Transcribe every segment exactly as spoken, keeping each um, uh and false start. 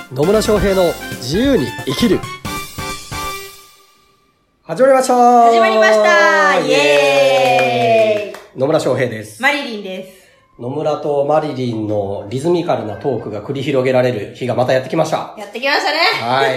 野村翔平の自由に生きる。始まりました始まりましたイエーイ。 野村翔平です。 マリリンです。 野村とマリリンのリズミカルなトークが繰り広げられる日がまたやってきました。 やってきましたね。 はい。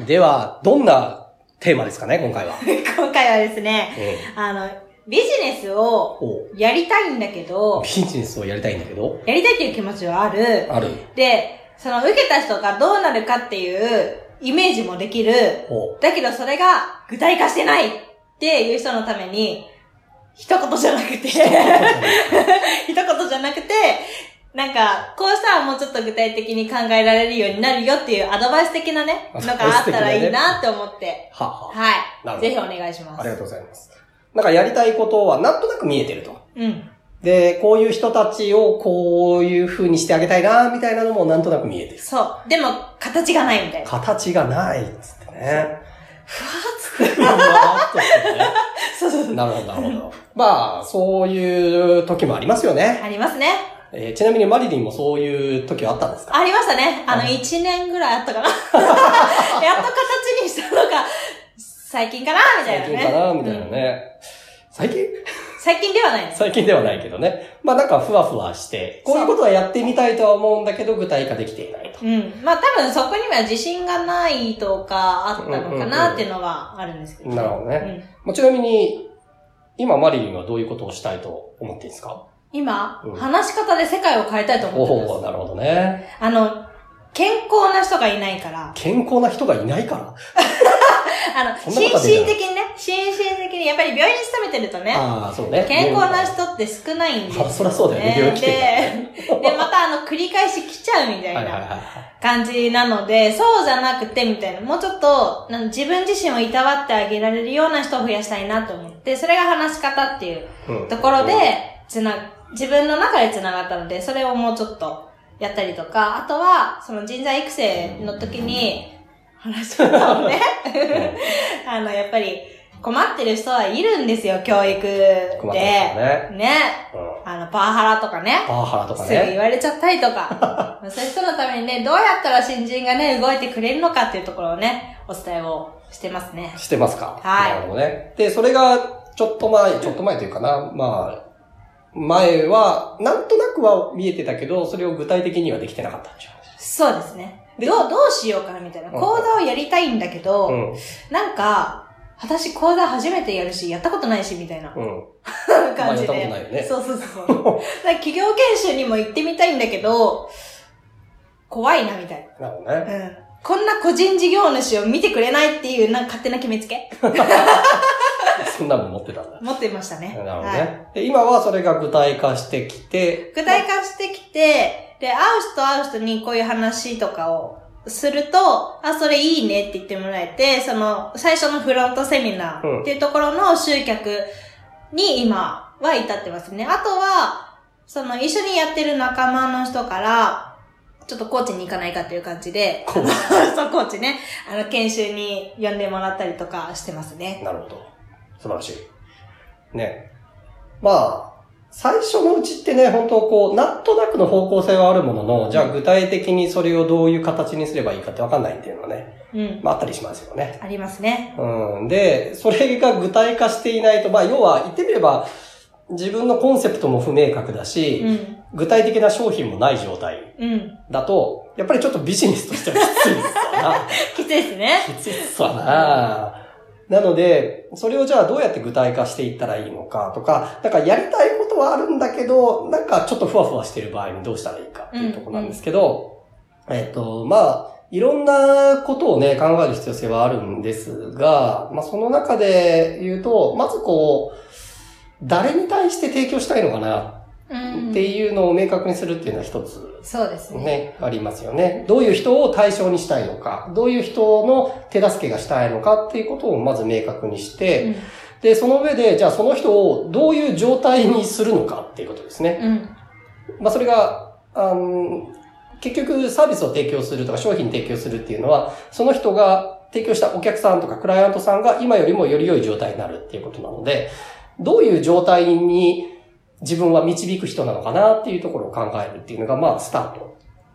では、どんなテーマですかね、今回は。 今回はですね、うん、あの、ビジネスをやりたいんだけど、 ビジネスをやりたいんだけど、 やりたいっていう気持ちはある。 ある。 で、その受けた人がどうなるかっていうイメージもできる。だけどそれが具体化してないっていう人のために、一言じゃなくて、一言じゃなくて、なんか、こうしたらもうちょっと具体的に考えられるようになるよっていうアドバイス的なね、のがあったらいいなって思って。 はははい。ぜひお願いします。 ありがとうございます。なんかやりたいことはなんとなく見えてると。 うん。 で、こういう人たちをこういう風にしてあげたいな、みたいなのもなんとなく見えてる。 そう。でも、形がないみたいな。 形がないっつってね。 ふわーっつって。 ふわーっとしてね。 そうそうそう。 なるほど、なるほど。まあ、そういう時もありますよね。 ありますね。 えー、ちなみにマリリンもそういう時はあったんですか？ ありましたね。あの、いちねんぐらいあったかな。やっと形にしたのが、最近かなみたいなね。 最近かなみたいなね。うん、最近最近ではないです。 最近ではないけどね。まあなんかふわふわして、こういうことはやってみたいとは思うんだけど、具体化できていないと。 うん。まあ多分そこには自信がないとかあったのかなっていうのがあるんですけど、ね。 なるほどね。うん、まあ、ちなみに、今マリリンはどういうことをしたいと思っているんですか？ 今、うん、話し方で世界を変えたいと思ってます。 おー、なるほどね。 あの、健康な人がいないから。 健康な人がいないからあの、心身的にね、心身的に、やっぱり病院に勤めてるとね、 ああ、そうね。 健康な人って少ないんですよ、ね。 あ、そりゃそうだよね、病院来てで、で、またあの、繰り返し来ちゃうみたいな感じなので、そうじゃなくて、みたいな、もうちょっと、自分自身をいたわってあげられるような人を増やしたいなと思って、それが話し方っていうところで、つな、自分の中で繋がったので、それをもうちょっとやったりとか、あとは、その人材育成の時に、話し方をね、あの、やっぱり困ってる人はいるんですよ、教育で。 困ってる人ね。 ね。うん、あの、パワハラとかね。 パワハラとかね。 すぐ言われちゃったりとか。そういう人のためにね、どうやったら新人がね、動いてくれるのかっていうところをね、お伝えをしてますね。 してますか。 はい。 なるほどね。で、それが、ちょっと前、ちょっと前というかな、まあ、前は、なんとなくは見えてたけど、それを具体的にはできてなかったんでしょう。 そうですね。どう、どうしようかなみたいな。講座をやりたいんだけど、うん、なんか、私講座初めてやるし、やったことないし、みたいな、うん、感じで。まあ、やったことないよね。そうそうそう。企業研修にも行ってみたいんだけど、怖いな、みたいな。なるほどね。 うん。こんな個人事業主を見てくれないっていう、なんか勝手な決めつけそんなの持ってたんだ。 持ってましたね。 なるほどね。はい、で今はそれが具体化してきて。 具体化してきて、で、会う人会う人にこういう話とかをすると、あ、それいいねって言ってもらえて、その、最初のフロントセミナーっていうところの集客に今は至ってますね。あとは、その、一緒にやってる仲間の人から、ちょっとコーチに行かないかっていう感じで、 コーチそう、コーチね、あの、研修に呼んでもらったりとかしてますね。 なるほど。素晴らしい。ね。まあ、最初のうちってね、本当こう、なんとなくの方向性はあるものの、じゃあ具体的にそれをどういう形にすればいいかってわかんないっていうのはね、うん、まああったりしますよね。 ありますね。 うん。で、それが具体化していないと、まあ要は言ってみれば、自分のコンセプトも不明確だし、うん、具体的な商品もない状態だと、うん、やっぱりちょっとビジネスとしてはきついですよな。 きついですね。 きついっすわな。なので、それをじゃあどうやって具体化していったらいいのかとか、なんかやりたいことはあるんだけど、なんかちょっとふわふわしてる場合にどうしたらいいかっていうところなんですけど、うんうん、えっと、まあ、いろんなことをね、考える必要性はあるんですが、まあその中で言うと、まずこう、誰に対して提供したいのかなっていうのを明確にするっていうのは一つ、ね、 そうですね。ありますよね。どういう人を対象にしたいのか、どういう人の手助けがしたいのかっていうことをまず明確にして、うん、で、その上で、じゃあその人をどういう状態にするのかっていうことですね。うん、まあそれが、あの、結局サービスを提供するとか商品提供するっていうのは、その人が提供したお客さんとかクライアントさんが今よりもより良い状態になるっていうことなので、どういう状態に自分は導く人なのかなっていうところを考えるっていうのが、まあ、スタート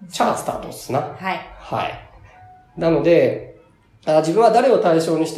チャースタートですな。 はい。 はい。なので、あ自分は誰を対象にして、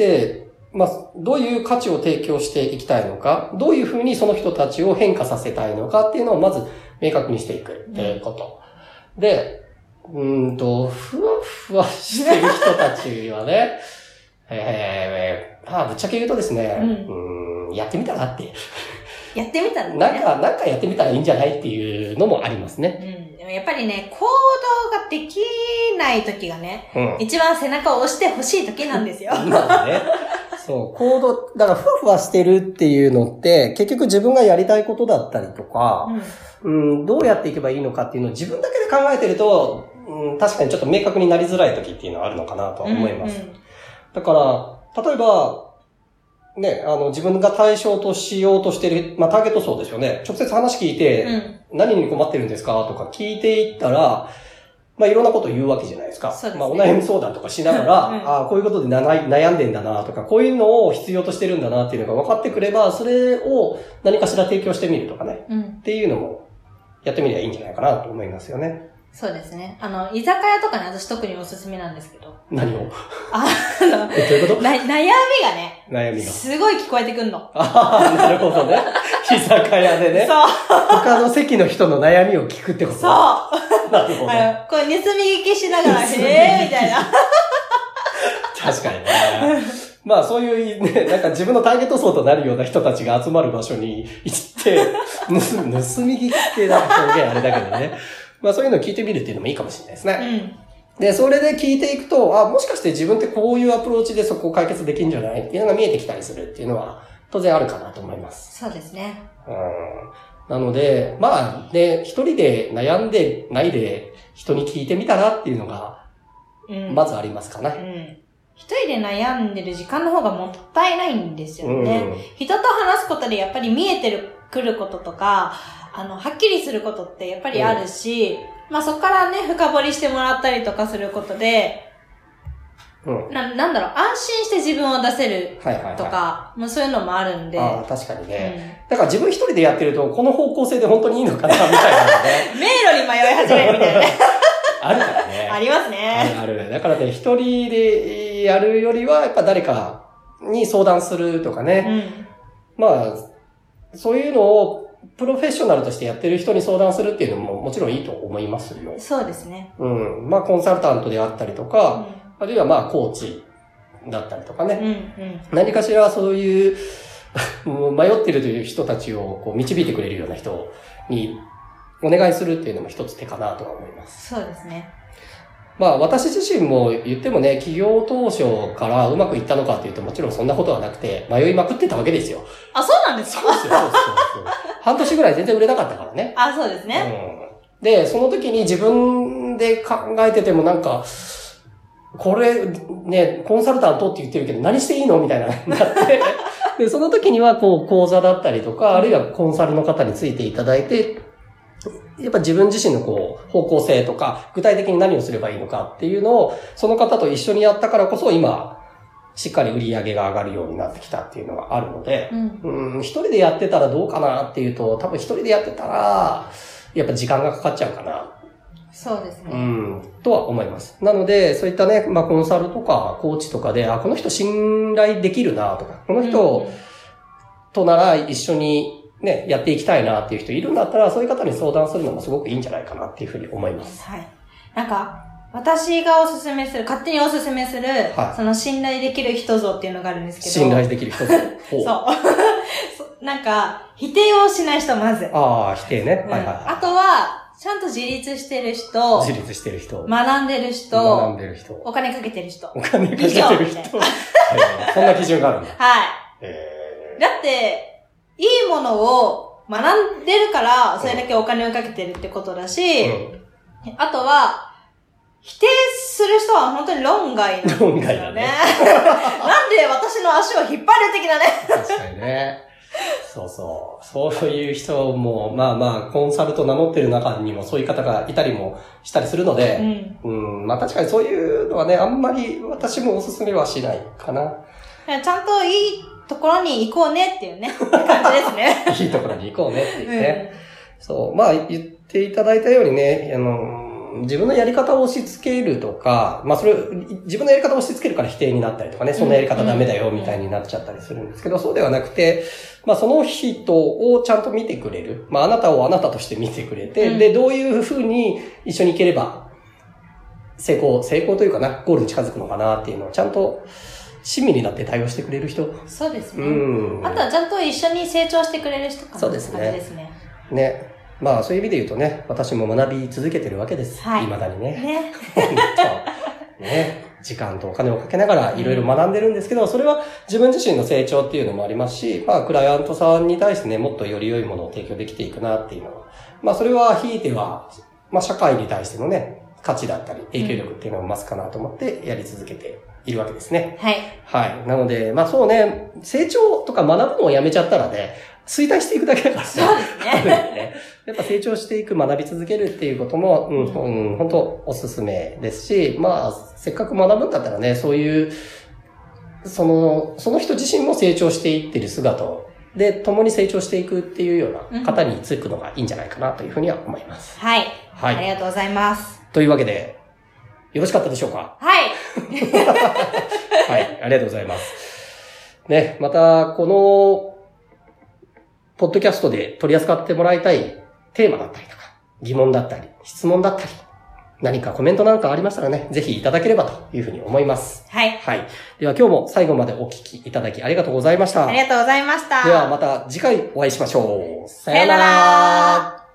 まあ、どういう価値を提供していきたいのか、どういうふうにその人たちを変化させたいのかっていうのをまず明確にしていくっていうこと。うん、で、うーんと、ふわふわしてる人たちはね、えー、まあ、ぶっちゃけ言うとですね、うん、うーんやってみたらって。 やってみたらね。 なんか、なんかやってみたらいいんじゃないっていうのもありますね。 うん。でもやっぱりね、行動ができない時がね、うん、一番背中を押してほしい時なんですよ。 まあね。そう、行動、だからふわふわしてるっていうのって、結局自分がやりたいことだったりとか、うん、うん、どうやっていけばいいのかっていうのを自分だけで考えてると、うん、確かにちょっと明確になりづらい時っていうのはあるのかなとは思います。うんうん、だから、例えば、ね、あの、自分が対象としようとしてる、まあ、ターゲット層ですよね。直接話聞いて、うん、何に困ってるんですかとか聞いていったら、まあ、いろんなことを言うわけじゃないですか。 そうですね。 まあ、お悩み相談とかしながら、うん、ああ、こういうことで悩んでんだなとか、こういうのを必要としてるんだなっていうのが分かってくれば、それを何かしら提供してみるとかね。うん、っていうのも、やってみればいいんじゃないかなと思いますよね。 そうですね。あの、居酒屋とかね、私特におすすめなんですけど。 何をあの、 どういうことな悩みがね、 悩みが。 すごい聞こえてくんの。 ああ、なるほどね。居酒屋でね。 そう。 他の席の人の悩みを聞くってことそう。 なるほど。 あの、これ盗み聞きしながら、へえーみたいな。 確かにね。まあそういうね、なんか自分のターゲット層となるような人たちが集まる場所に行って、盗み聞きってなんか表現あれだけどね。まあそういうのを聞いてみるっていうのもいいかもしれないですね。うん、で、それで聞いていくと、あ、もしかして自分ってこういうアプローチでそこを解決できるんじゃないっていうのが見えてきたりするっていうのは当然あるかなと思います。 そうですね。 うん。なので、まあね、一人で悩んでないで人に聞いてみたらっていうのが、まずありますかね。 うんうん一人で悩んでる時間の方がもったいないんですよね。うん、人と話すことでやっぱり見えてる、くることとか、あの、はっきりすることってやっぱりあるし、うん、まあそこからね、深掘りしてもらったりとかすることで、うん、な、なんだろう、安心して自分を出せるとか、はいはいはい、まあそういうのもあるんで。 ああ、確かにね、うん。だから自分一人でやってると、この方向性で本当にいいのかな、みたいなのね。 迷路に迷い始めるみたいなね。 あるからね。 ありますね。 あるある。だからね、一人でやるよりは、やっぱ誰かに相談するとかね。うん、まあ、そういうのをプロフェッショナルとしてやってる人に相談するっていうのももちろんいいと思いますよ。 そうですね。 うん。まあ、コンサルタントであったりとか、うん、あるいはまあ、コーチだったりとかね。うんうん、何かしらそういう迷ってるという人たちをこう導いてくれるような人にお願いするっていうのも一つ手かなとは思います。 そうですね。 まあ私自身も言ってもね、企業当初からうまくいったのかっていうともちろんそんなことはなくて、迷いまくってたわけですよ。 あ、そうなんですか？ そうですよ、そうですよ。半年ぐらい全然売れなかったからね。 あ、そうですね。 うん、で、その時に自分で考えててもなんか、これね、コンサルタントって言ってるけど何していいのみたいななって。で、その時にはこう講座だったりとか、あるいはコンサルの方についていただいて、やっぱ自分自身のこう、方向性とか、具体的に何をすればいいのかっていうのを、その方と一緒にやったからこそ今、しっかり売り上げが上がるようになってきたっていうのがあるので、うん、うん、一人でやってたらどうかなっていうと、多分一人でやってたら、やっぱ時間がかかっちゃうかな。 そうですね。 うん、とは思います。なので、そういったね、まあコンサルとかコーチとかで、あ、この人信頼できるなとか、この人となら一緒に、ね、やっていきたいなっていう人いるんだったら、そういう方に相談するのもすごくいいんじゃないかなっていうふうに思います。 はい。なんか、私がおすすめする、勝手におすすめする、はい、その信頼できる人像っていうのがあるんですけど。 信頼できる人像。 そう。なんか、否定をしない人、まず。 ああ、否定ね。 うん、 はいはい、はい。 あとは、ちゃんと自立してる人。 自立してる人。 学んでる人。 学んでる人。 お金かけてる人。 お金かけてる人。そんな基準があるんだ。 はい。えー、だって、いいものを学んでるから、それだけお金をかけてるってことだし、うん、あとは、否定する人は本当に論外なんですよね。論外だね。なんで私の足を引っ張る的なね。 確かにね。そうそう。そういう人も、まあまあ、コンサルと名乗ってる中にもそういう方がいたりもしたりするので、うん、うん、まあ確かにそういうのはね、あんまり私もおすすめはしないかな。 ちゃんといいところに行こうねっていうね、感じですね。 いいところに行こうねっていうね。うん、そう。まあ言っていただいたようにね、あの、 自分のやり方を押し付けるとか、まあそれ、自分のやり方を押し付けるから否定になったりとかね、そんなやり方ダメだよみたいになっちゃったりするんですけど、そうではなくて、まあその人をちゃんと見てくれる。まああなたをあなたとして見てくれて、うん、で、どういうふうに一緒に行ければ、成功、成功というかな、ゴールに近づくのかなっていうのをちゃんと、親身になって対応してくれる人。 そうですね。うん。あとはちゃんと一緒に成長してくれる人かな。 そうですね。 ですね。 ね。まあそういう意味で言うとね、私も学び続けてるわけです。はい。未だにね。 ね。 ね。時間とお金をかけながらいろいろ学んでるんですけど、それは自分自身の成長っていうのもありますし、まあクライアントさんに対してね、もっとより良いものを提供できていくなっていうのは、まあそれはひいては、まあ社会に対してのね、価値だったり影響力っていうのも増すかなと思ってやり続けているわけですね。 はい。 はい。なので、まあそうね、成長とか学ぶのをやめちゃったらね、衰退していくだけだからそうですね。 やっぱ成長していく、学び続けるっていうことも、うん、うん、本当おすすめですし、まあ、せっかく学ぶんだったらね、そういう、その、その人自身も成長していってる姿を、で、共に成長していくっていうような方につくのがいいんじゃないかなというふうには思います。 はい。 はい。 ありがとうございます。 というわけで、よろしかったでしょうか？ はい。 はい、ありがとうございます。ね、また、この、ポッドキャストで取り扱ってもらいたいテーマだったりとか、疑問だったり、質問だったり、何かコメントなんかありましたらね、ぜひいただければというふうに思います。 はい。 はい。では今日も最後までお聞きいただきありがとうございました。 ありがとうございました。 ではまた次回お会いしましょう。 さよなら。